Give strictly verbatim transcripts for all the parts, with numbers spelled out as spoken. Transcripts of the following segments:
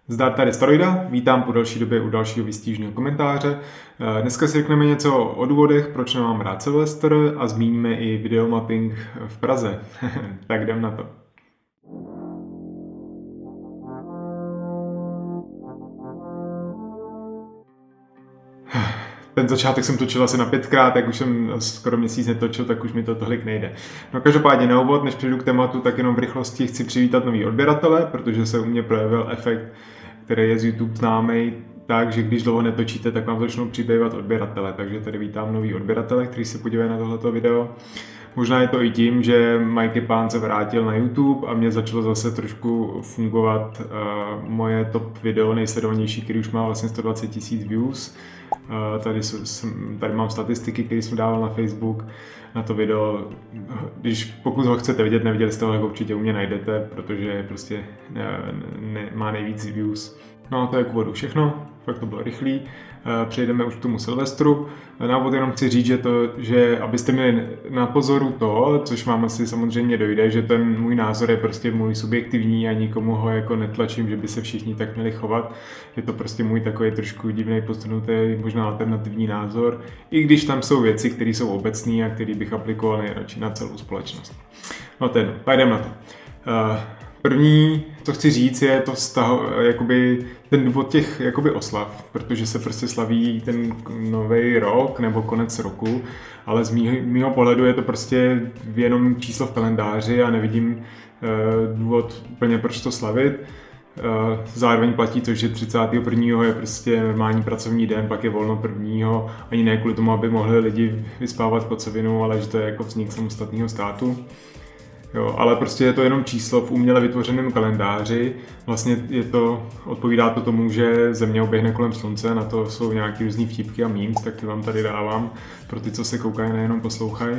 Zdar tady Staroida, vítám po další době u dalšího výstižného komentáře. Dneska si řekneme něco o důvodech, proč nemám rád Silvestr a zmíníme i videomapping v Praze. Tak jdem na to. Ten začátek jsem točil asi na pětkrát, jak už jsem skoro měsíc netočil, tak už mi to tolik nejde. No každopádně na úvod, než přijdu k tématu, tak jenom v rychlosti chci přivítat nový odběratele, protože se u mě projevil efekt, který je z YouTube známý, tak, že když dlouho netočíte, tak vám začnou přibývat odběratele. Takže tady vítám nový odběratele, který se podívají na tohleto video. Možná je to i tím, že Mikey Pán se vrátil na YouTube a mě začalo zase trošku fungovat uh, moje top video nejsledovanější, který už má vlastně sto dvacet tisíc views. Uh, tady, jsem, tady mám statistiky, které jsem dával na Facebook na to video. Když pokud ho chcete vidět, neviděli jste ho, tak určitě u mě najdete, protože prostě ne, ne, má nejvíc views. No a to je k úvodu všechno, fakt to bylo rychlý. Přejdeme už k tomu Silvestru. Na úvod jenom chci říct, že, to, že abyste měli na pozoru to, což vám asi samozřejmě dojde, že ten můj názor je prostě můj subjektivní a nikomu ho jako netlačím, že by se všichni tak měli chovat. Je to prostě můj takový trošku divný, posunutý, možná alternativní názor, i když tam jsou věci, které jsou obecné a které bych aplikoval nejradši na celou společnost. No ten, půjdeme na to. Uh, První, co chci říct, je to vztah, jakoby ten důvod těch jakoby oslav, protože se prostě slaví ten nový rok nebo konec roku, ale z mýho, mýho pohledu je to prostě jenom číslo v kalendáři a nevidím uh, důvod úplně proč to slavit. Uh, zároveň platí to, že třicátého prvního je prostě normální pracovní den, pak je volno prvního, ani ne kvůli tomu, aby mohli lidi vyspávat kocovinu, ale že to je jako vznik samostatného státu. Jo, ale prostě je to jenom číslo v uměle vytvořeném kalendáři. Vlastně je to, odpovídá to tomu, že Země oběhne kolem slunce, na to jsou nějaké různý vtipky a memes, tak ty vám tady dávám pro ty, co se koukají, nejenom poslouchají.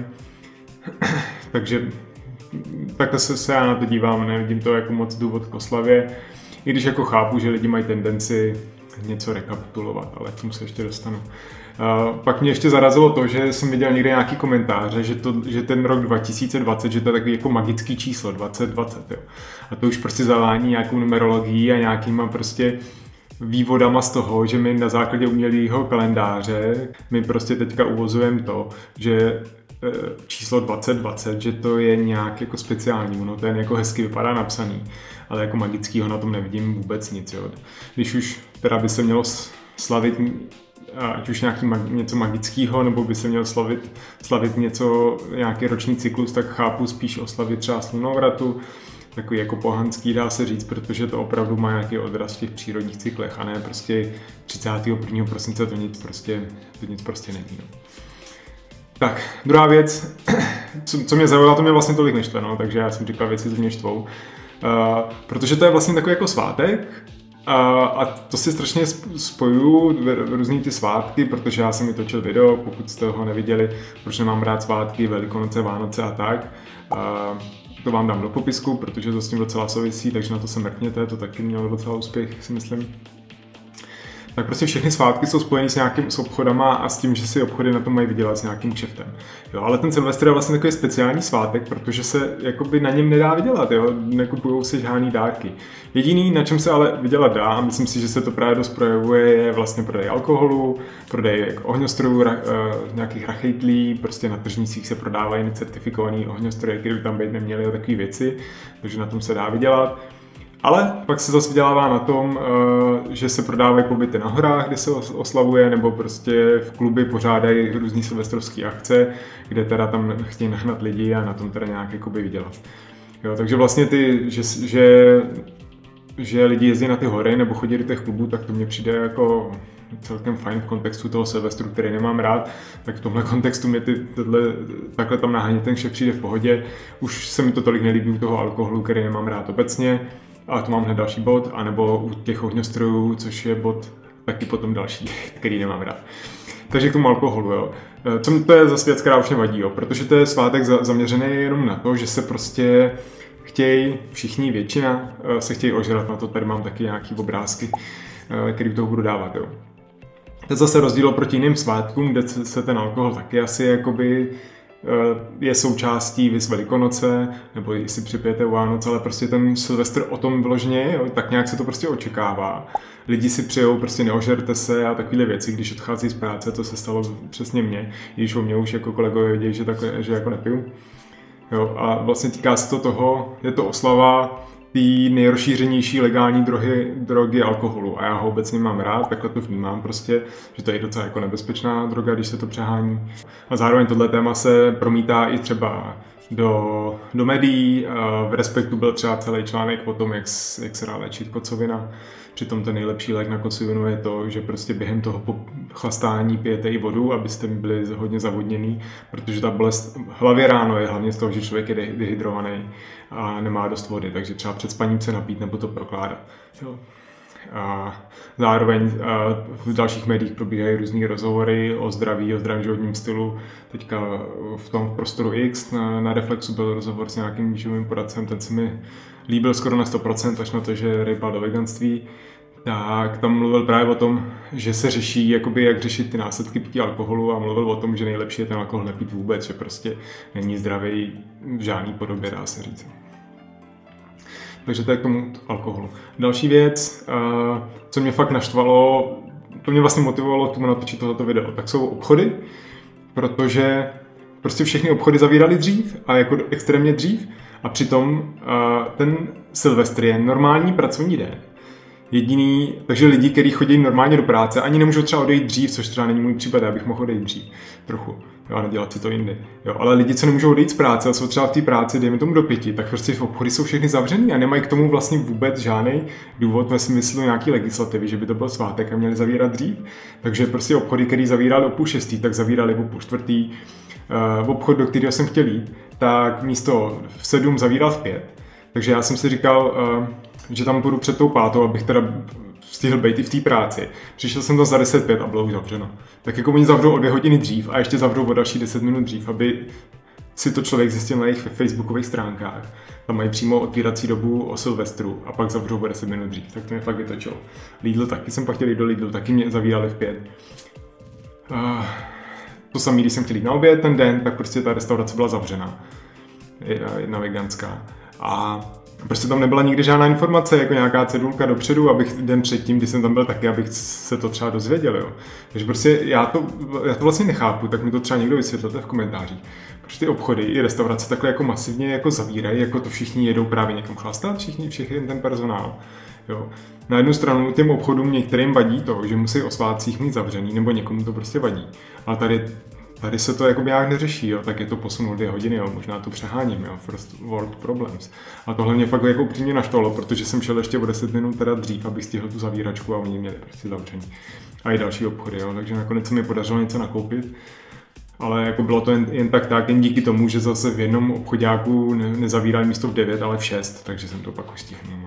Takže takhle se, se já na to dívám, nevidím to jako moc důvod k oslavě, i když jako chápu, že lidi mají tendenci něco rekapitulovat, ale k tomu se ještě dostanu. Uh, pak mě ještě zarazilo to, že jsem viděl někde nějaký komentáře, že, to, že ten rok dva tisíce dvacet, že to je takový jako magický číslo, dvacet dvacet, jo. A to už prostě zavání nějakou numerologií a nějakýma prostě vývodama z toho, že my na základě umělého kalendáře my prostě teďka uvozujeme to, že číslo dvacet dvacet, že to je nějak jako speciální, ono to jen jako hezky vypadá napsaný, ale jako magickýho na tom nevidím vůbec nic, jo. Když už teda by se mělo slavit ať už nějaký mag, něco magického, nebo by se měl slavit, slavit něco, nějaký roční cyklus, tak chápu spíš oslavit třeba slunovratu, takový jako pohanský dá se říct, protože to opravdu má nějaký odraz v těch přírodních cyklech a ne prostě třicátého prvního prosince to nic prostě, to nic prostě není. No. Tak, druhá věc, co, co mě zaujalo, to mě vlastně tolik neštve, no, takže já jsem říkal věci, co mě štvou, uh, protože to je vlastně takový jako svátek, A, a to si strašně spojuju, různý ty svátky, protože já jsem mi točil video, pokud jste ho neviděli, proč nemám rád svátky, Velikonoce, Vánoce a tak. A to vám dám do popisku, protože to s tím docela souvisí, takže na to se mrkněte, to taky mělo docela úspěch, si myslím. Tak prostě všechny svátky jsou spojený s nějakým s obchodama a s tím, že si obchody na tom mají vydělat s nějakým kšeftem. Jo, ale ten Silvestr je vlastně takový speciální svátek, protože se jakoby na něm nedá vydělat, jo, nekupujou se žádný dárky. Jediný, na čem se ale vydělat dá, a myslím si, že se to právě dost projevuje, je vlastně prodej alkoholu, prodej ohňostrojů, ra, uh, nějakých rachejtlí, prostě na tržnicích se prodávají necertifikovaný ohňostroje, které by tam být neměly a takové věci, takže na tom se dá vydělat. Ale pak se zase vydělává na tom, že se prodávají pobyty na horách, kde se oslavuje, nebo prostě v kluby pořádají různý silvestrovské akce, kde teda tam chtějí nahnat lidi a na tom teda nějak jakoby vydělat. Jo, takže vlastně ty, že, že, že lidi jezdí na ty hory nebo chodí do těch klubů, tak to mně přijde jako celkem fajn v kontextu toho Silvestru, který nemám rád, tak v tomhle kontextu mě ty, tohle, takhle tam nahánět ten však přijde v pohodě. Už se mi to tolik nelíbí u toho alkoholu, který nemám rád obecně. A to mám hned další bod, anebo u těch ohňostrojů, což je bod taky potom další, který nemám rád. Takže k tomu alkoholu, jo. Co to je za věc, která už nevadí, jo, protože to je svátek zaměřený jenom na to, že se prostě chtějí, všichni, většina, se chtějí ožrat, na to tady mám taky nějaký obrázky, který toho budu dávat, jo. To je zase rozdíl proti jiným svátkům, kde se ten alkohol taky asi jakoby je součástí vys Velikonoce, nebo jestli připijete Vánoce, ale prostě ten Silvestr o tom vyloženě, jo, tak nějak se to prostě očekává. Lidi si přijou, prostě neožerte se a takovéhle věci, když odchází z práce, to se stalo přesně mně, když o mě už jako kolegové věděli, že, tak, že jako nepiju. Jo, a vlastně týká se to toho, je to oslava té nejrozšířenější legální drogy, drogy alkoholu a já ho obecně mám rád, takhle to vnímám prostě, že to je docela jako nebezpečná droga, když se to přehání. A zároveň tohle téma se promítá i třeba do, do médií, v Respektu byl třeba celý článek o tom, jak, jak se dá léčit kocovina. Přitom ten nejlepší lék na kocovinu je to, že prostě během toho chlastání pijete i vodu, abyste byli hodně zavodněný, protože ta bolest v hlavě ráno je hlavně z toho, že člověk je dehydrovaný a nemá dost vody, takže třeba před spaním se napít nebo to prokládat. Jo. A zároveň a v dalších médiích probíhají různý rozhovory o zdraví, o zdravém životním stylu. Teďka v tom v Prostoru X na, na Reflexu byl rozhovor s nějakým výživovým poradcem, ten se mi líbil skoro na sto procent, až na to, že rejpal do veganství. Tak tam mluvil právě o tom, že se řeší, jakoby, jak řešit ty následky pití alkoholu a mluvil o tom, že nejlepší je ten alkohol nepít vůbec, že prostě není zdravý v žádný podobě, dá se říct. Takže to je k tomu alkoholu. Další věc, co mě fakt naštvalo, to mě vlastně motivovalo k tomu natočit tohoto video, tak jsou obchody, protože prostě všechny obchody zavíraly dřív a jako extrémně dřív a přitom ten Silvestr je normální pracovní den. Jediný, takže lidi, kteří chodí normálně do práce, ani nemůžou třeba odejít dřív, což třeba není můj případ, já bych mohl odejít dřív trochu, jo, a nedělat si to jindy. Jo, ale lidi, co nemůžou odejít z práce a jsou třeba v té práci, dejme tomu do pěti, tak prostě v obchody jsou všechny zavřený a nemají k tomu vlastně vůbec žádný důvod ve smyslu nějaký legislativy, že by to byl svátek a měli zavírat dřív. Takže prostě obchody, které zavírali o půl šestý, tak zavírali o půl čtvrtý. Uh, obchod, do kterého jsem chtěl jít, tak místo v sedm zavíral v pět. Takže já jsem si říkal, uh, že tam půjdu před tou pátou, abych teda stihl být i v té práci. Přišel jsem tam za deset pět a bylo už zavřeno. Tak jako oni zavřou o dvě hodiny dřív a ještě zavřou o další deset minut dřív, aby si to člověk zjistil na jejich facebookových stránkách. Tam mají přímo otvírací dobu o Silvestru a pak zavřou o deset minut dřív. Tak to mě fakt vytočilo. Lidl taky jsem pak chtěl jít do Lidlu, taky mě zavírali v pět. Uh, to samé, když jsem chtěl jít na oběd ten den, tak prostě ta restaurace byla zavřená. Jedna veganská. A prostě tam nebyla nikdy žádná informace, jako nějaká cedulka dopředu, abych den předtím, když jsem tam byl taky, abych se to třeba dozvěděl, jo. Takže prostě já to, já to vlastně nechápu, tak mi to třeba někdo vysvětlete v komentářích. Proč ty obchody i restaurace takhle jako masivně jako zavírají, jako to všichni jedou právě někam chlastat, všichni, všichni ten personál. Jo. Na jednu stranu těm obchodům některým vadí to, že musí o svátcích mít zavřený, nebo někomu to prostě vadí. Ale tady Tady se to jako nějak neřeší, jo, tak je to posun o dvě hodiny, jo, možná to přeháním, jo, first world problems. A tohle mě fakt jako upřímně naštvalo, protože jsem šel ještě o deset minut teda dřív, abych stihl tu zavíračku a oni měli prostě zavření. A i další obchody, jo, takže nakonec se mi podařilo něco nakoupit. Ale jako bylo to jen, jen tak tak, jen díky tomu, že zase v jednom obchodáku ne, nezavírali místo v devět, ale v šest, takže jsem to pak už stihl. No.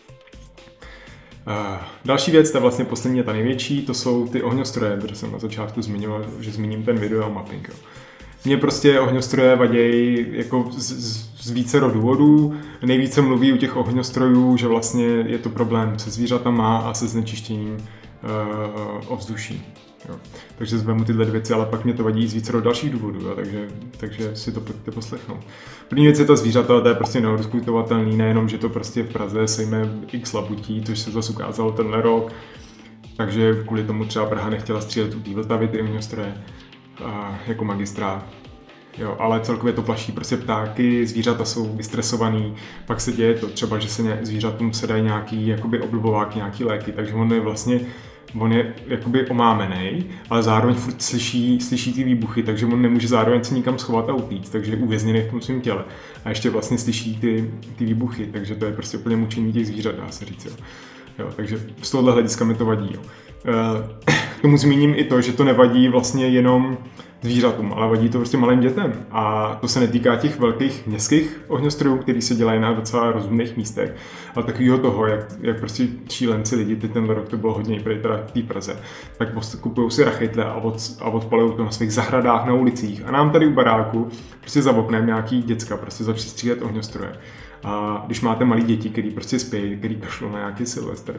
Uh, další věc, ta vlastně poslední je ta největší, to jsou ty ohňostroje, protože jsem na začátku zmiňoval, že zmíním ten video mapping. Jo. Mně prostě ohňostroje vadějí jako z, z, z vícero důvodů. Nejvíce mluví u těch ohňostrojů, že vlastně je to problém se zvířatama a se znečištěním uh, ovzduší. Jo. Takže zbemu tyhle dvě věci, ale pak mě to vadí z vícero dalších důvodů, jo. Takže, takže si to pojďte poslechnout. První věc je ta zvířata, to je prostě neodiskutovatelný, nejenom, že to prostě v Praze sejme x labutí, což se zase ukázalo tenhle rok, takže kvůli tomu třeba Praha nechtěla střílet u té Vltavy ty ohňostroje jako magistrát. Jo, ale celkově to plaší prostě ptáky, zvířata jsou vystresovaný, pak se děje to třeba, že se zvířatům se dají nějaký jakoby oblbovák, nějaký léky, takže on je vlastně on je jakoby omámený, ale zároveň furt slyší, slyší ty výbuchy, takže on nemůže zároveň se nikam schovat a utíct, takže je uvězněný v tom svém těle. A ještě vlastně slyší ty, ty výbuchy, takže to je prostě úplně mučení těch zvířat, dá se říct. Jo. Jo, takže z tohohle hlediska mi to vadí. Jo. K tomu zmíním i to, že to nevadí vlastně jenom zvířatům, ale vadí to prostě malým dětem. A to se netýká těch velkých městských ohňostrojů, který se dělají na docela rozumných místech, ale takového toho, jak, jak prostě šílenci lidi, teď ten rok to bylo hodně i teda v té Praze, tak kupují si rachejtle a, od, a odpalují to na svých zahradách, na ulicích. A nám tady u baráku prostě za oknem nějaký děcka prostě začít střílet ohňostroje. A když máte malí děti, který prostě spějí, který kašlou na nějaký Silvestr,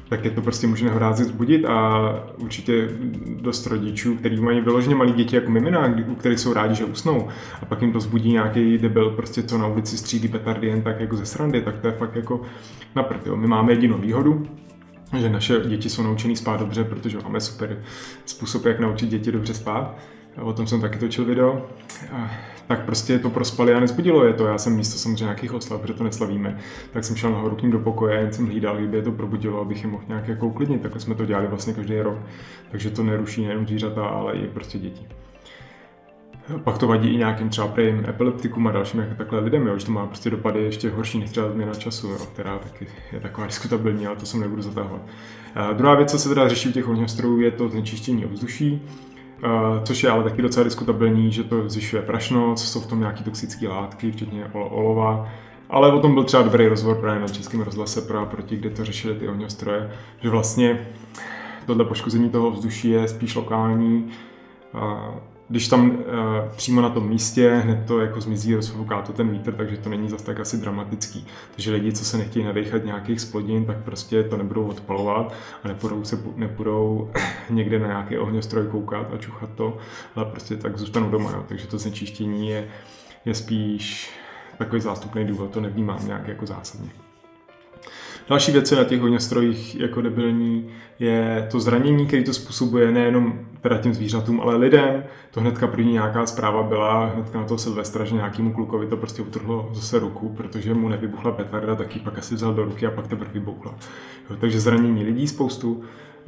tak je to prostě možné hrázit zbudit a určitě dost rodičů, kteří mají vyloženě malí děti jako mimina, u kterých jsou rádi, že usnou a pak jim to zbudí nějaký debil, prostě co na ulici střílí petardy jen tak jako ze srandy, tak to je fakt jako na prd, jo. My máme jedinou výhodu, že naše děti jsou naučený spát dobře, protože máme super způsob, jak naučit děti dobře spát. O tom jsem taky točil video. Tak prostě to prospali a nezbudilo je to. Já jsem místo samozřejmě nějakých oslav, protože to neslavíme, tak jsem šel nahoru k ním do pokoje a jen jsem hlídal, kdyby je to probudilo, abych je mohl nějak jako uklidnit. Takhle jsme to dělali vlastně každý rok. Takže to neruší nejen zvířata, ale i prostě děti. Pak to vadí i nějakým třeba prým epileptikům a dalším jako takhle lidem, jo, že to má prostě dopady ještě horší než třeba změna času, jo, která taky je taková diskutabilní, ale to jsem nebudu zatahovat. Uh, druhá věc, co se teda řeší u těch ohňostrojů, je to znečištění ovzduší, uh, což je ale taky docela diskutabilní, že to zvyšuje prašnost, jsou v tom nějaké toxické látky, včetně ol- olova, ale o tom byl třeba dobrý rozhovor právě na Českém rozhlase pro a proti, kde to řešili ty ohňostroje, že vlastně tohle poškození toho ovzduší je spíš lokální. Uh, Když tam uh, přímo na tom místě hned to jako zmizí, rozfouká to ten vítr, takže to není zase tak asi dramatický. Takže lidi, co se nechtějí nadechat nějakých splodin, tak prostě to nebudou odpalovat a nepůjdou, se, nepůjdou někde na nějaký ohňostroj koukat a čuchat to, ale prostě tak zůstanou doma. Jo. Takže to znečištění je, je spíš takový zástupný důvod, to nevnímám nějak jako zásadně. Další věc na těch ohňostrojích jako debilní je to zranění, které to způsobuje nejenom teda těm zvířatům, ale lidem. To hnedka první nějaká zpráva byla, hnedka na toho Silvestra, že nějakému klukovi to prostě utrhlo zase ruku, protože mu nevybuchla petarda, tak ji pak asi vzal do ruky a pak teprve vybuchla. Jo, takže zranění lidí spoustu.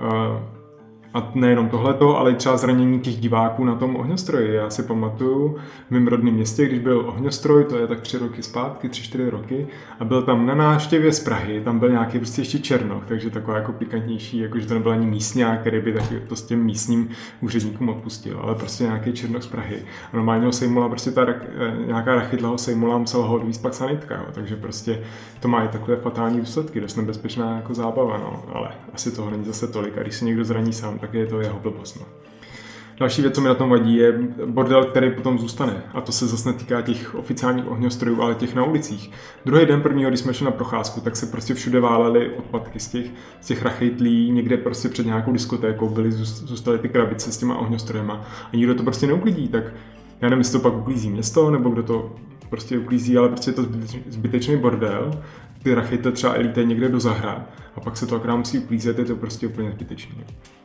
A nejenom tohleto, ale i třeba zranění těch diváků na tom ohňostroji. Já si pamatuju v mém rodném městě, když byl ohňostroj, to je tak tři roky zpátky, tři, čtyři roky, a byl tam na návštěvě z Prahy, tam byl nějaký prostě ještě černoch, takže taková jako pikantnější, jakože to nebyl ani místňák, který by taky to s těm místním úředníkům odpustil, ale prostě nějaký černoch z Prahy. A normálně ho sejmula prostě ta nějaká rachidla ho sejmula a musela ho odvízt pak sanitka, jo. Takže prostě to má i takové fatální důsledky, dost nebezpečná jako zábava, no, ale asi toho není zase tolik a když se někdo zraní sám, tak je to jeho blbost. No. Další věc, co mi na tom vadí, je bordel, který potom zůstane. A to se zase netýká těch oficiálních ohňostrojů, ale těch na ulicích. Druhý den prvního, když jsme šli na procházku, tak se prostě všude válely odpadky z těch, z těch rachejtlí, někde prostě před nějakou diskotékou byly, zůstaly ty krabice s těma ohňostrojema a nikdo to prostě neuklidí, tak já nevím, jestli to pak uklízí město, nebo kdo to prostě uklízí, ale prostě je to zbytečný bordel. Ty rachejtle třeba elíte někde do zahrad a pak se to akorát musí uklízet, je to prostě úplně zbytečný.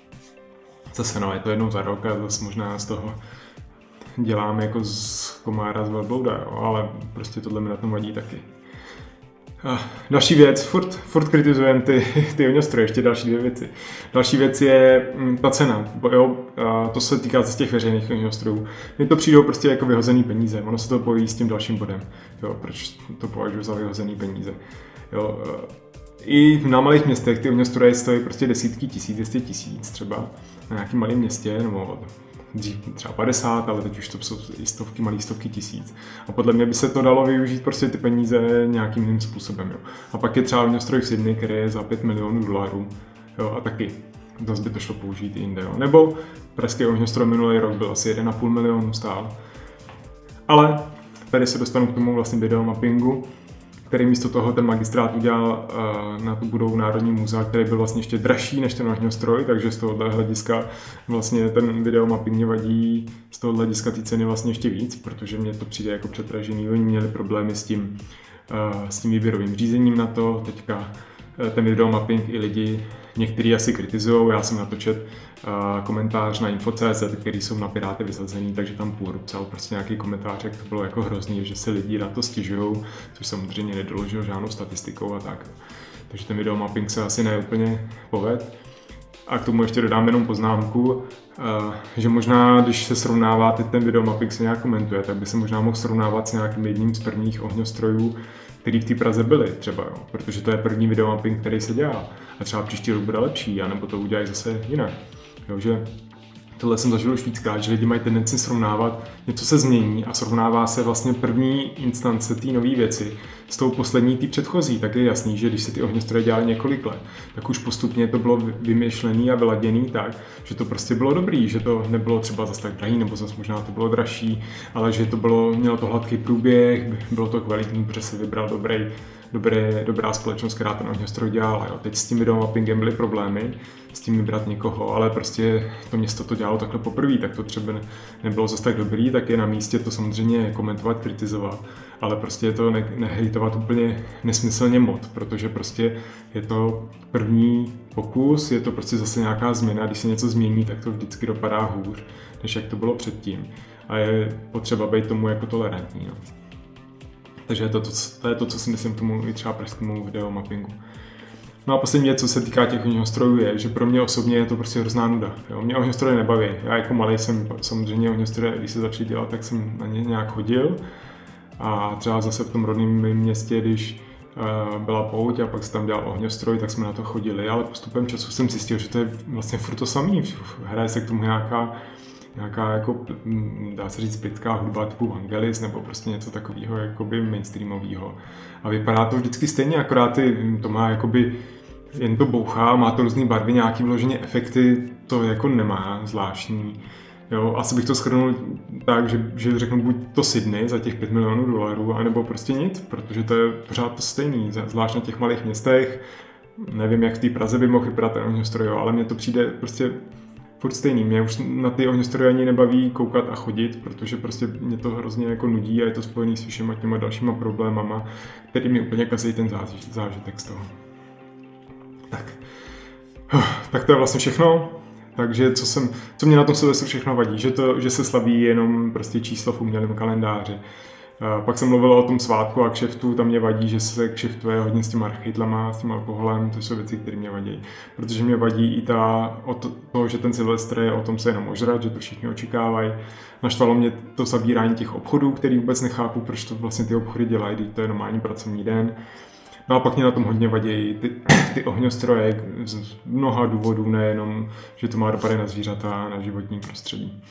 Zase no, je to jednou za rok a zase možná z toho děláme jako z komára z velblouda, jo, ale prostě tohle mi na tom vadí taky. A další věc, furt, furt kritizujeme ty, ty ohňostroje, ještě další dvě věci. Další věc je m, ta cena, bo, jo, a to se týká z těch veřejných ohňostrojů. Mně to přijdou prostě jako vyhozený peníze, ono se to pojí s tím dalším bodem, jo, proč to považuji za vyhozený peníze. Jo, i na malých městech ty ohňostroje stojí prostě desítky tisíc, dvě stě tisíc třeba na nějakém malém městě, nebo dřív třeba padesát, ale teď už to jsou i stovky, malý stovky tisíc. A podle mě by se to dalo využít prostě ty peníze nějakým jiným způsobem. Jo. A pak je třeba ohňostroj v Sydney, který je za pět milionů dolarů. Jo, a taky zase by to šlo použít i jinde. Jo. Nebo pražský ohňostroj minulý rok byl asi jeden a půl milionu stál. Ale tady se dostanu k tomu vlastně videomappingu, který místo toho ten magistrát udělal uh, na tu budovu Národní muzea, který byl vlastně ještě dražší než ten ohňostroj, takže z tohohle hlediska vlastně ten videomapping mě vadí z tohohle hlediska ty ceny vlastně ještě víc, protože mně to přijde jako přetražený. Oni měli problémy s tím, uh, s tím výběrovým řízením na to, teďka uh, ten videomapping i lidi někteří asi kritizujou, já jsem na to čet uh, komentář na info tečka cé zet, který jsou na Piráty vysazený, takže tam půl psal prostě nějaký komentář, jak to bylo jako hrozný, že se lidi na to stěžujou, což samozřejmě nedoložil žádnou statistikou a tak. Takže ten videomapping se asi neúplně poved. A k tomu ještě dodám jenom poznámku, uh, že možná, když se srovnává, teď ten videomapping se nějak komentuje, tak by se možná mohl srovnávat s nějakým jedním z prvních ohňostrojů, který v té Praze byly třeba, jo, protože to je první videomapping, který se dělá a třeba příští rok bude lepší, anebo to udělají zase jinak. Jo, že tohle jsem zažil už víckrát, že lidi mají tendenci srovnávat, něco se změní a srovnává se vlastně první instance té nové věci s tou poslední té předchozí, tak je jasný, že když se ty ohňostroje dělaly několik let, tak už postupně to bylo vymyšlené a vyladěné tak, že to prostě bylo dobrý, že to nebylo třeba zase tak drahý, nebo zase možná to bylo dražší, ale že to bylo, mělo to hladký průběh, bylo to kvalitní, protože se vybral dobrý dobré, dobrá společnost, která ten ohňostroj dělala. Jo. Teď s tím videomappingem byly problémy, s tím vybrat někoho, ale prostě to město to dělalo takhle poprvé, tak to třeba nebylo zase tak dobrý, tak je na místě to samozřejmě komentovat, kritizovat, ale prostě je to ne- nehejtovat úplně nesmyslně moc, protože prostě je to první pokus, je to prostě zase nějaká změna, když se něco změní, tak to vždycky dopadá hůř, než jak to bylo předtím. A je potřeba být tomu jako tolerantní. No. Takže je to, to, to je to, co si myslím tomu i třeba pražskému videomappingu. No a poslední věc, co se týká těch ohňostrojů, je, že pro mě osobně je to prostě hrozná nuda. Jo? Mě ohňostroje nebaví. Já jako malý jsem samozřejmě ohňostroje, když se začali dělat, tak jsem na ně nějak chodil. A třeba zase v tom rodném městě, když uh, byla pouť a pak se tam dělal ohňostroj, tak jsme na to chodili, ale postupem času jsem zjistil, že to je vlastně furt to samý. Hraje se k tomu nějaká nějaká, jako, dá se říct, plická hudba typu Vangelis nebo prostě něco takového jakoby mainstreamového. A vypadá to vždycky stejně, akorát ty, to má jakoby, jen to bouchá, má to různé barvy, nějaký vloženě efekty, to jako nemá zvláštní. Jo, asi bych to shrnul tak, že, že řeknu buď to Sydney za těch pět milionů dolarů, anebo prostě nic, protože to je pořád to stejný, zvlášť na těch malých městech. Nevím, jak v té Praze by mohl vypadat ten ohňostroj, ale mně to přijde prostě furt stejný. Mě už na ty ohňostroje ani nebaví koukat a chodit, protože prostě mě to hrozně jako nudí a je to spojený s všema těma dalšíma problémama, který mi úplně kazí ten zážitek z toho. Tak. Tak to je vlastně všechno. Takže co, jsem, co mě na tom Silvestru všechno vadí, že, to, že se slaví jenom prostě číslo v umělém kalendáři. Pak jsem mluvil o tom svátku a kšeftu, tam mě vadí, že se kšeftuje hodně s těma archidlama, s tím alkoholem, to jsou věci, které mě vadí. Protože mě vadí i ta, o to, to, že ten Silvestr je o tom se jenom ožrat, že to všichni očekávají. Naštvalo mě to zabírání těch obchodů, který vůbec nechápu, proč to vlastně ty obchody dělají, když to je normální pracovní den. No a pak mě na tom hodně vadí ty, ty ohňostroje z mnoha důvodů, nejenom, že to má dopady na zvířata a na životní prostředí.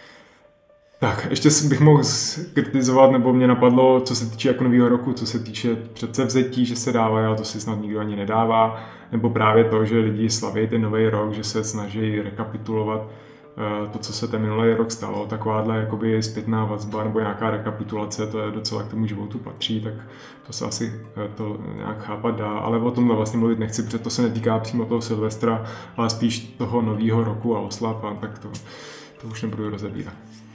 Tak, ještě bych mohl kritizovat, nebo mě napadlo, co se týče jako nového roku, co se týče předsevzetí, že se dává, ale to si snad nikdo ani nedává, nebo právě to, že lidi slaví ten nový rok, že se snaží rekapitulovat uh, to, co se ten minulý rok stalo, takováhle jakoby zpětná vazba nebo nějaká rekapitulace, to je docela k tomu životu patří, tak to se asi uh, to nějak chápat dá, ale o tomhle vlastně mluvit nechci, protože to se netýká přímo toho Silvestra, ale spíš toho nového roku a oslav, a tak to, to už nebudu rozebírat.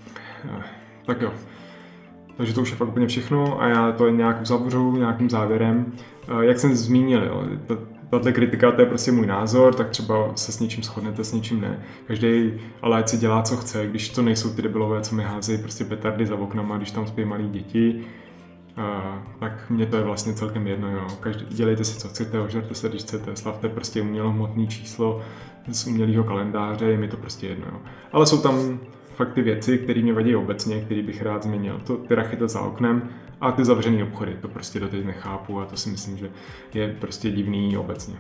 Tak jo, takže to už je fakt úplně všechno a já to nějak uzavřu nějakým závěrem. Jak jsem zmínil, jo, tato kritika, to je prostě můj názor, tak třeba se s něčím shodnete, s něčím ne. Každý ale ať si dělá, co chce, když to nejsou ty debilové, co mi házejí prostě petardy za oknama, když tam spí malí děti, tak mně to je vlastně celkem jedno, jo. Každý, dělejte si, co chcete, ožerte se, když chcete, slavte prostě umělohmotné číslo z umělého kalendáře, je mi to prostě jedno, jo. Ale jsou tam fakt ty věci, které mě vadí obecně, které bych rád změnil. To, ty rachity za oknem a ty zavřené obchody, to prostě doteď nechápu a to si myslím, že je prostě divný obecně.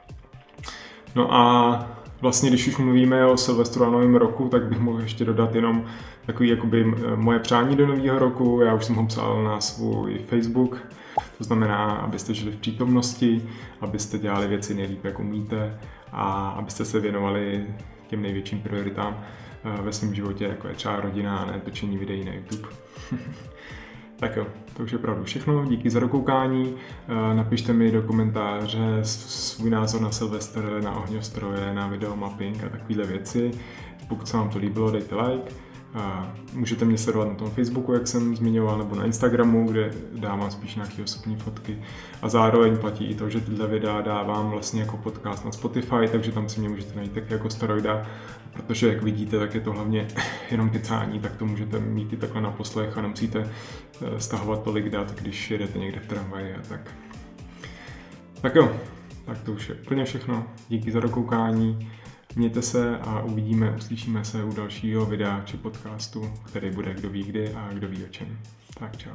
No a vlastně, když už mluvíme o Silvestru a novém roku, tak bych mohl ještě dodat jenom takový jakoby moje přání do nového roku. Já už jsem ho psal na svůj Facebook, to znamená, abyste žili v přítomnosti, abyste dělali věci nejlíp, jak umíte a abyste se věnovali těm největším prioritám ve svém životě, jako je třeba rodina a ne točení videí na YouTube. Tak jo, to už je opravdu všechno. Díky za dokoukání. Napište mi do komentáře svůj názor na Silvestr, na ohňostroje, na videomapping a takovéhle věci. Pokud se vám to líbilo, dejte like. Můžete mě sledovat na tom Facebooku, jak jsem zmiňoval, nebo na Instagramu, kde dávám spíš nějaké osobní fotky. A zároveň platí i to, že tyhle videa dávám vlastně jako podcast na Spotify, takže tam si mě můžete najít taky jako Staroida, protože jak vidíte, tak je to hlavně jenom kecání, tak to můžete mít i takhle na poslech a nemusíte stahovat tolik dat, když jedete někde v tramvaji a tak. Tak jo, tak to už je úplně všechno. Díky za dokoukání. Mějte se a uvidíme, uslyšíme se u dalšího videa či podcastu, který bude kdo ví kdy a kdo ví o čem. Tak čau.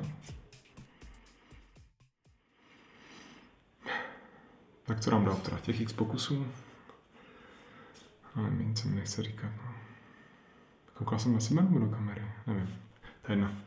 Tak co nám dal teda těch x pokusů? Ale mi nic mi nechce říkat. No. Koukal jsem na sebe nebo do kamery? Nevím. To je jedno.